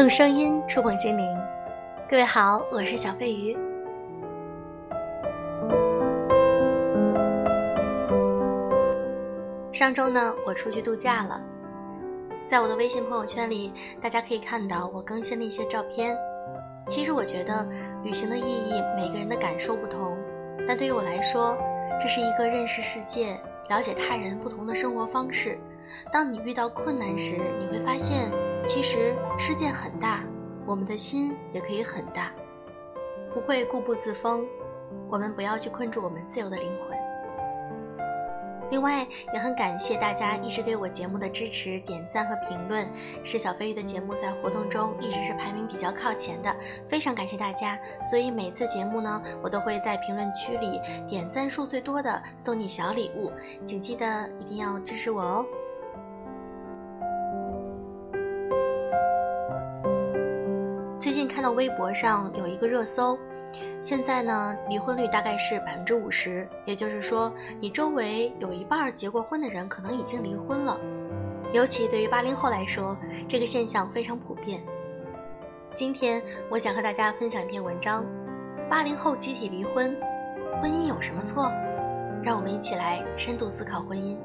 用声音触碰心灵。各位好，我是小飞鱼。上周呢，我出去度假了。在我的微信朋友圈里，大家可以看到我更新了一些照片。其实我觉得旅行的意义，每个人的感受不同，但对于我来说，这是一个认识世界、了解他人不同的生活方式。当你遇到困难时，你会发现其实世界很大，我们的心也可以很大，不会固步自封。我们不要去困住我们自由的灵魂。另外也很感谢大家一直对我节目的支持、点赞和评论，使小飞鱼的节目在活动中一直是排名比较靠前的，非常感谢大家。所以每次节目呢，我都会在评论区里点赞数最多的送你小礼物，请记得一定要支持我哦。最近看到微博上有一个热搜，现在呢，离婚率大概是50%，也就是说，你周围有一半结过婚的人可能已经离婚了。尤其对于80后来说，这个现象非常普遍。今天我想和大家分享一篇文章：80后集体离婚，婚姻有什么错？让我们一起来深度思考婚姻。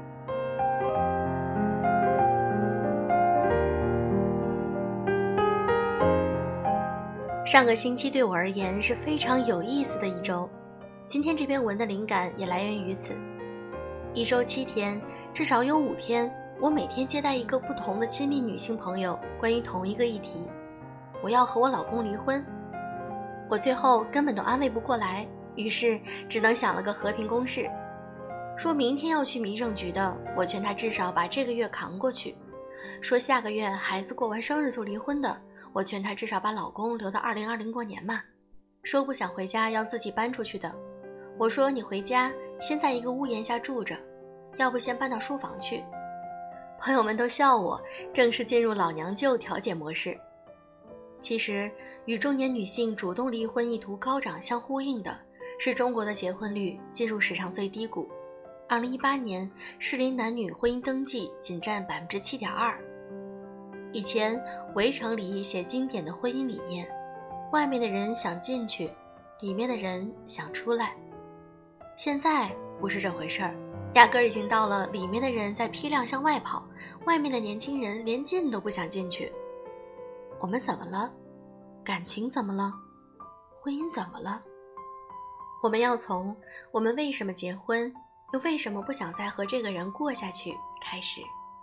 上个星期对我而言是非常有意思的一周，今天这篇文的灵感也来源于此。一周7天，至少有5天，我每天接待一个不同的亲密女性朋友，关于同一个议题：我要和我老公离婚。我最后根本都安慰不过来，于是只能想了个和平公式，说明天要去民政局的，我劝他至少把这个月扛过去；说下个月孩子过完生日就离婚的，我劝她至少把老公留到2020过年嘛。说不想回家要自己搬出去的，我说你回家先在一个屋檐下住着，要不先搬到书房去。朋友们都笑我，正式进入老娘舅调解模式。其实与中年女性主动离婚意图高涨相呼应的是中国的结婚率进入史上最低谷。2018年适龄男女婚姻登记仅占 7.2%。以前围城里写经典的婚姻理念，外面的人想进去，里面的人想出来。现在不是这回事儿，压根儿已经到了里面的人在批量向外跑，外面的年轻人连进都不想进去。我们怎么了？感情怎么了？婚姻怎么了？我们要从我们为什么结婚，又为什么不想再和这个人过下去开始。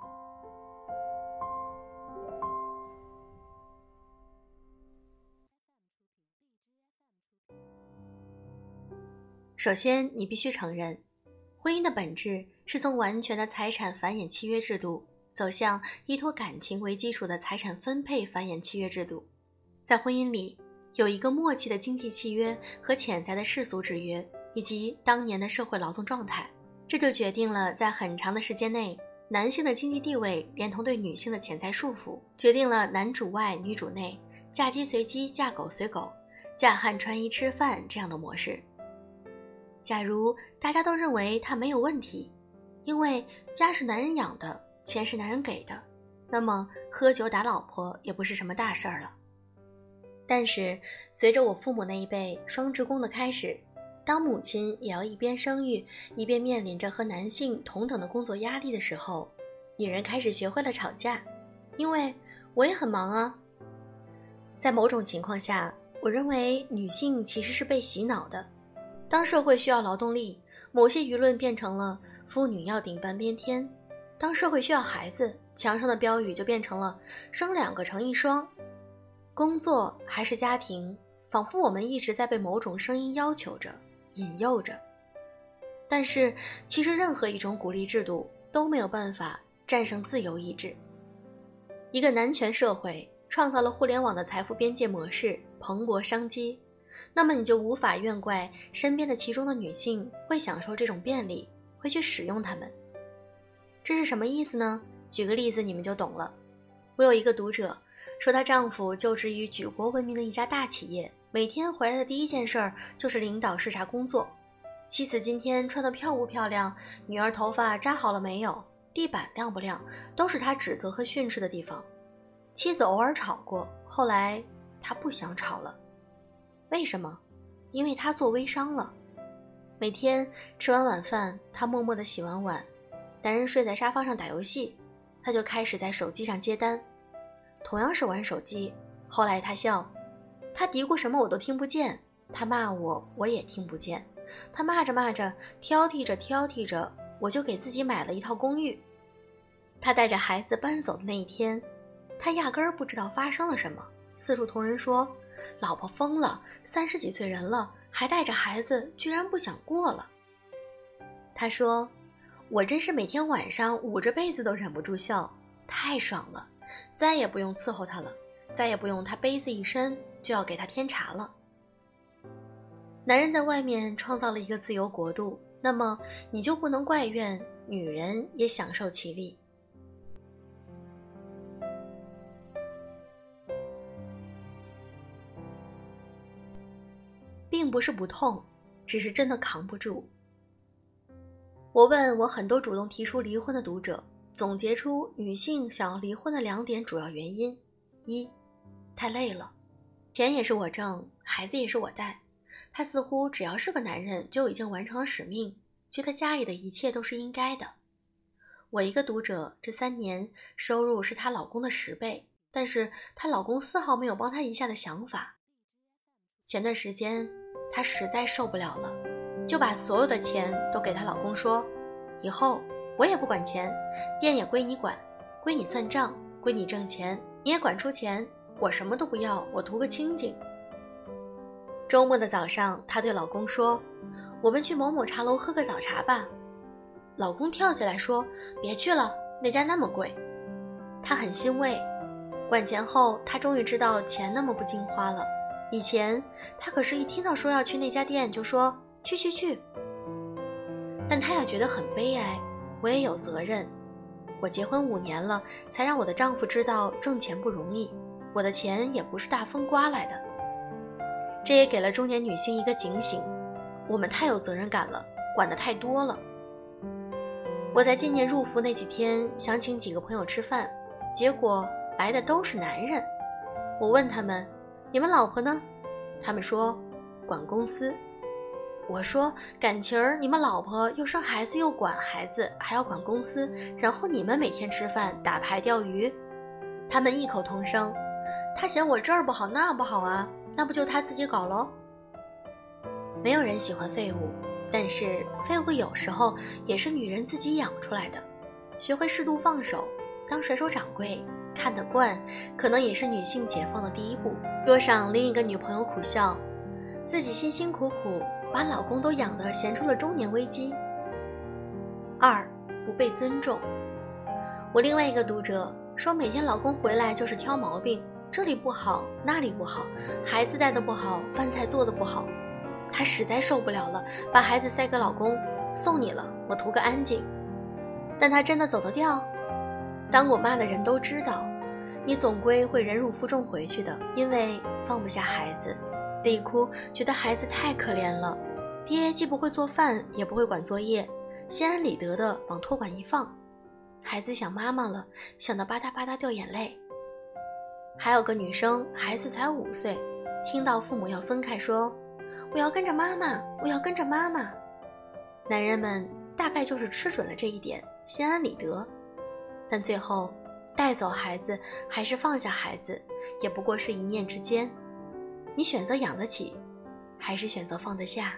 首先，你必须承认，婚姻的本质是从完全的财产繁衍契约制度走向依托感情为基础的财产分配繁衍契约制度。在婚姻里，有一个默契的经济契约和潜在的世俗制约，以及当年的社会劳动状态，这就决定了在很长的时间内，男性的经济地位连同对女性的潜在束缚，决定了男主外女主内，嫁鸡随鸡，嫁狗随狗，嫁汉穿衣吃饭这样的模式。假如大家都认为它没有问题，因为家是男人养的，钱是男人给的，那么喝酒打老婆也不是什么大事儿了。但是随着我父母那一辈双职工的开始，当母亲也要一边生育一边面临着和男性同等的工作压力的时候，女人开始学会了吵架，因为我也很忙啊。在某种情况下，我认为女性其实是被洗脑的。当社会需要劳动力，某些舆论变成了妇女要顶半边天；当社会需要孩子，墙上的标语就变成了生2个成1双。工作还是家庭，仿佛我们一直在被某种声音要求着、引诱着。但是其实任何一种鼓励制度都没有办法战胜自由意志。一个男权社会创造了互联网的财富边界模式，蓬勃商机，那么你就无法怨怪身边的其中的女性会享受这种便利，会去使用它们。这是什么意思呢？举个例子你们就懂了。我有一个读者说，她丈夫就职于举国闻名的一家大企业，每天回来的第一件事就是领导视察工作。妻子今天穿得漂不漂亮，女儿头发扎好了没有，地板亮不亮，都是他指责和训斥的地方。 妻子偶尔吵过，后来他不想吵了。为什么？因为他做微商了。每天吃完晚饭，他默默地洗完碗，男人睡在沙发上打游戏，他就开始在手机上接单。同样是玩手机，后来他笑，他嘀咕什么我都听不见，他骂我我也听不见，他骂着骂着，挑剔着，我就给自己买了一套公寓。他带着孩子搬走的那一天，他压根儿不知道发生了什么，四处同人说老婆疯了，30几岁人了，还带着孩子，居然不想过了。他说我真是每天晚上捂着被子都忍不住笑，太爽了，再也不用伺候他了，再也不用他杯子一伸就要给他添茶了。男人在外面创造了一个自由国度，那么你就不能怪怨女人也享受其利。并不是不痛，只是真的扛不住。我问我很多主动提出离婚的读者，总结出女性想要离婚的2点主要原因：一，太累了，钱也是我挣，孩子也是我带，他似乎只要是个男人就已经完成了使命，觉得家里的一切都是应该的。我一个读者这3年收入是她老公的10倍，但是她老公丝毫没有帮她一下的想法。前段时间她实在受不了了，就把所有的钱都给她老公说，以后我也不管钱，店也归你管，归你算账，归你挣钱，你也管出钱，我什么都不要，我图个清静。周末的早上，她对老公说，我们去某某茶楼喝个早茶吧。老公跳起来说，别去了，那家那么贵。她很欣慰，管钱后她终于知道钱那么不经花了。以前她可是一听到说要去那家店就说去，但她也觉得很悲哀，我也有责任。我结婚5年了，才让我的丈夫知道挣钱不容易，我的钱也不是大风刮来的。这也给了中年女性一个警醒，我们太有责任感了，管得太多了。我在今年入伏那几天想请几个朋友吃饭，结果来的都是男人。我问他们，你们老婆呢？他们说管公司。我说感情儿，你们老婆又生孩子又管孩子，还要管公司，然后你们每天吃饭打牌钓鱼。他们异口同声，他嫌我这儿不好那不好啊，那不就他自己搞咯。没有人喜欢废物，但是废物有时候也是女人自己养出来的。学会适度放手，当甩手掌柜，看得惯，可能也是女性解放的第一步。桌上另一个女朋友苦笑，自己辛辛苦苦把老公都养得闲出了中年危机。2，不被尊重。我另外一个读者说，每天老公回来就是挑毛病，这里不好那里不好，孩子带的不好，饭菜做的不好。她实在受不了了，把孩子塞给老公，送你了，我图个安静。但她真的走得掉？当过妈的人都知道，你总归会忍辱负重回去的，因为放不下孩子，得一哭，觉得孩子太可怜了，爹既不会做饭也不会管作业，心安理得的往托管一放，孩子想妈妈了，想得吧嗒吧嗒掉眼泪。还有个女生，孩子才5岁，听到父母要分开说，我要跟着妈妈，我要跟着妈妈。男人们大概就是吃准了这一点，心安理得，但最后带走孩子还是放下孩子，也不过是一念之间。你选择养得起，还是选择放得下？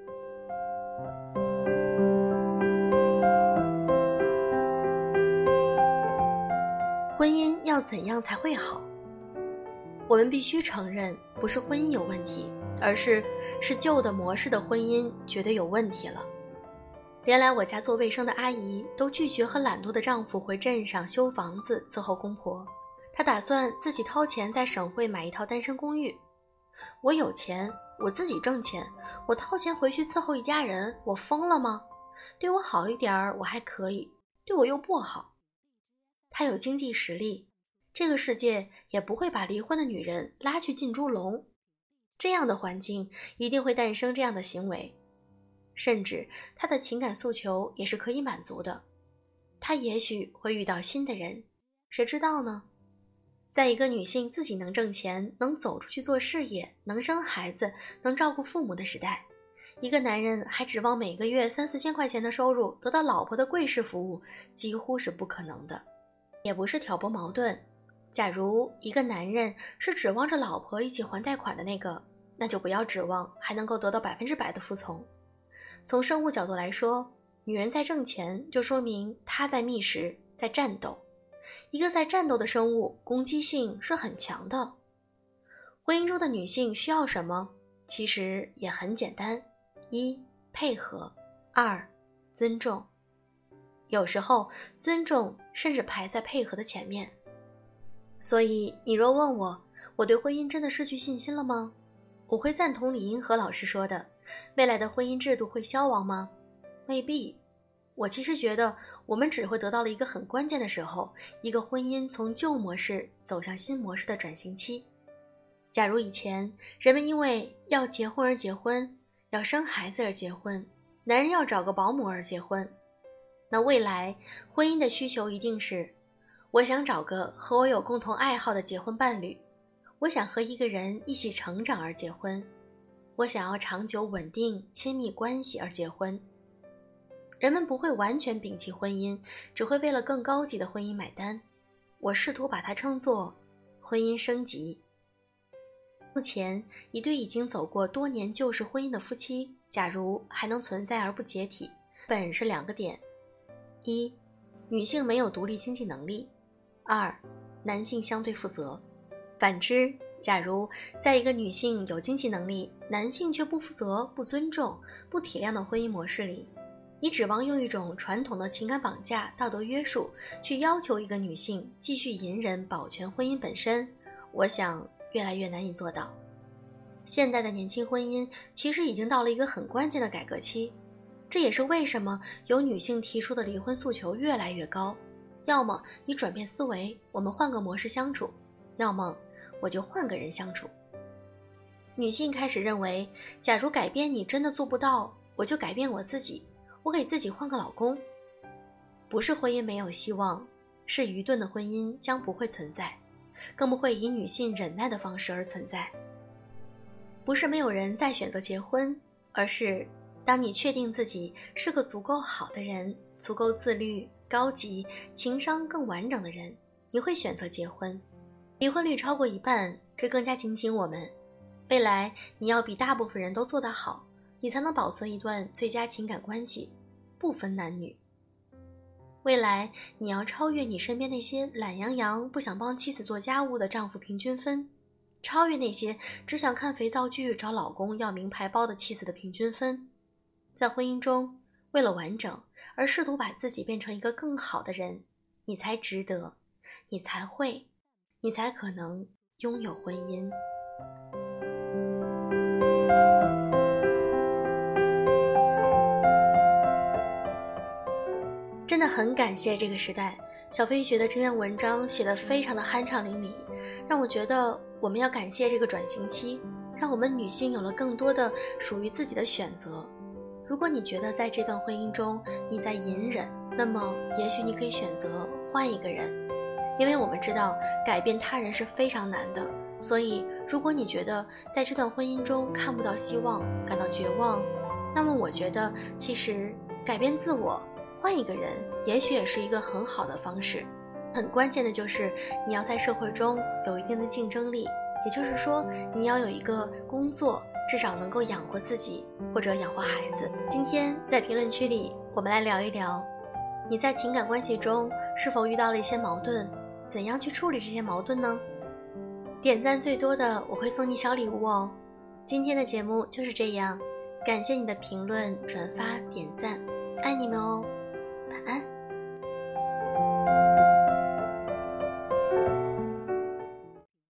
婚姻要怎样才会好？我们必须承认，不是婚姻有问题，而是旧的模式的婚姻觉得有问题了。连来我家做卫生的阿姨都拒绝和懒惰的丈夫回镇上修房子伺候公婆，她打算自己掏钱在省会买一套单身公寓。我有钱，我自己挣钱，我掏钱回去伺候一家人，我疯了吗？对我好一点儿我还可以，对我又不好。她有经济实力，这个世界也不会把离婚的女人拉去进猪笼。这样的环境一定会诞生这样的行为，甚至她的情感诉求也是可以满足的。她也许会遇到新的人，谁知道呢？ 在一个女性自己能挣钱，能走出去做事业，能生孩子，能照顾父母的时代，一个男人还指望每个月3-4千块钱的收入得到老婆的贵式服务，几乎是不可能的。也不是挑拨矛盾，假如一个男人是指望着老婆一起还贷款的那个，那就不要指望还能够得到100%的服从。从生物角度来说，女人在挣钱，就说明她在觅食，在战斗。一个在战斗的生物，攻击性是很强的。婚姻中的女性需要什么？其实也很简单：1. 配合； 2. 尊重。有时候，尊重甚至排在配合的前面。所以，你若问我对婚姻真的失去信心了吗？我会赞同李银河老师说的，未来的婚姻制度会消亡吗？未必。我其实觉得我们只会得到了一个很关键的时候，一个婚姻从旧模式走向新模式的转型期。假如以前人们因为要结婚而结婚，要生孩子而结婚，男人要找个保姆而结婚，那未来婚姻的需求一定是，我想找个和我有共同爱好的结婚伴侣，我想和一个人一起成长而结婚，我想要长久稳定亲密关系而结婚。人们不会完全摒弃婚姻，只会为了更高级的婚姻买单。我试图把它称作婚姻升级。目前，一对已经走过多年旧式婚姻的夫妻，假如还能存在而不解体，本是2个点：1. 女性没有独立经济能力； 2. 男性相对负责。反之，假如在一个女性有经济能力，男性却不负责、不尊重、不体谅的婚姻模式里，你指望用一种传统的情感绑架、道德约束去要求一个女性继续隐忍保全婚姻本身，我想越来越难以做到。现代的年轻婚姻其实已经到了一个很关键的改革期，这也是为什么有女性提出的离婚诉求越来越高。要么你转变思维，我们换个模式相处，要么我就换个人相处。女性开始认为，假如改变你真的做不到，我就改变我自己，我给自己换个老公。不是婚姻没有希望，是愚钝的婚姻将不会存在，更不会以女性忍耐的方式而存在。不是没有人在选择结婚，而是当你确定自己是个足够好的人，足够自律、高级、情商更完整的人，你会选择结婚。离婚率超过1半，这更加警醒我们，未来你要比大部分人都做得好，你才能保存一段最佳情感关系，不分男女。未来你要超越你身边那些懒洋洋不想帮妻子做家务的丈夫平均分，超越那些只想看肥皂剧找老公要名牌包的妻子的平均分。在婚姻中，为了完整而试图把自己变成一个更好的人，你才值得，你才会，你才可能拥有婚姻。真的很感谢这个时代，小飞觉得这篇文章写得非常的酣畅淋漓，让我觉得我们要感谢这个转型期，让我们女性有了更多的属于自己的选择。如果你觉得在这段婚姻中你在隐忍，那么也许你可以选择换一个人，因为我们知道改变他人是非常难的，所以如果你觉得在这段婚姻中看不到希望，感到绝望，那么我觉得其实改变自我，换一个人也许也是一个很好的方式。很关键的就是你要在社会中有一定的竞争力，也就是说你要有一个工作，至少能够养活自己或者养活孩子。今天在评论区里我们来聊一聊，你在情感关系中是否遇到了一些矛盾，怎样去处理这些矛盾呢？点赞最多的我会送你小礼物哦。今天的节目就是这样，感谢你的评论、转发、点赞，爱你们哦，晚安。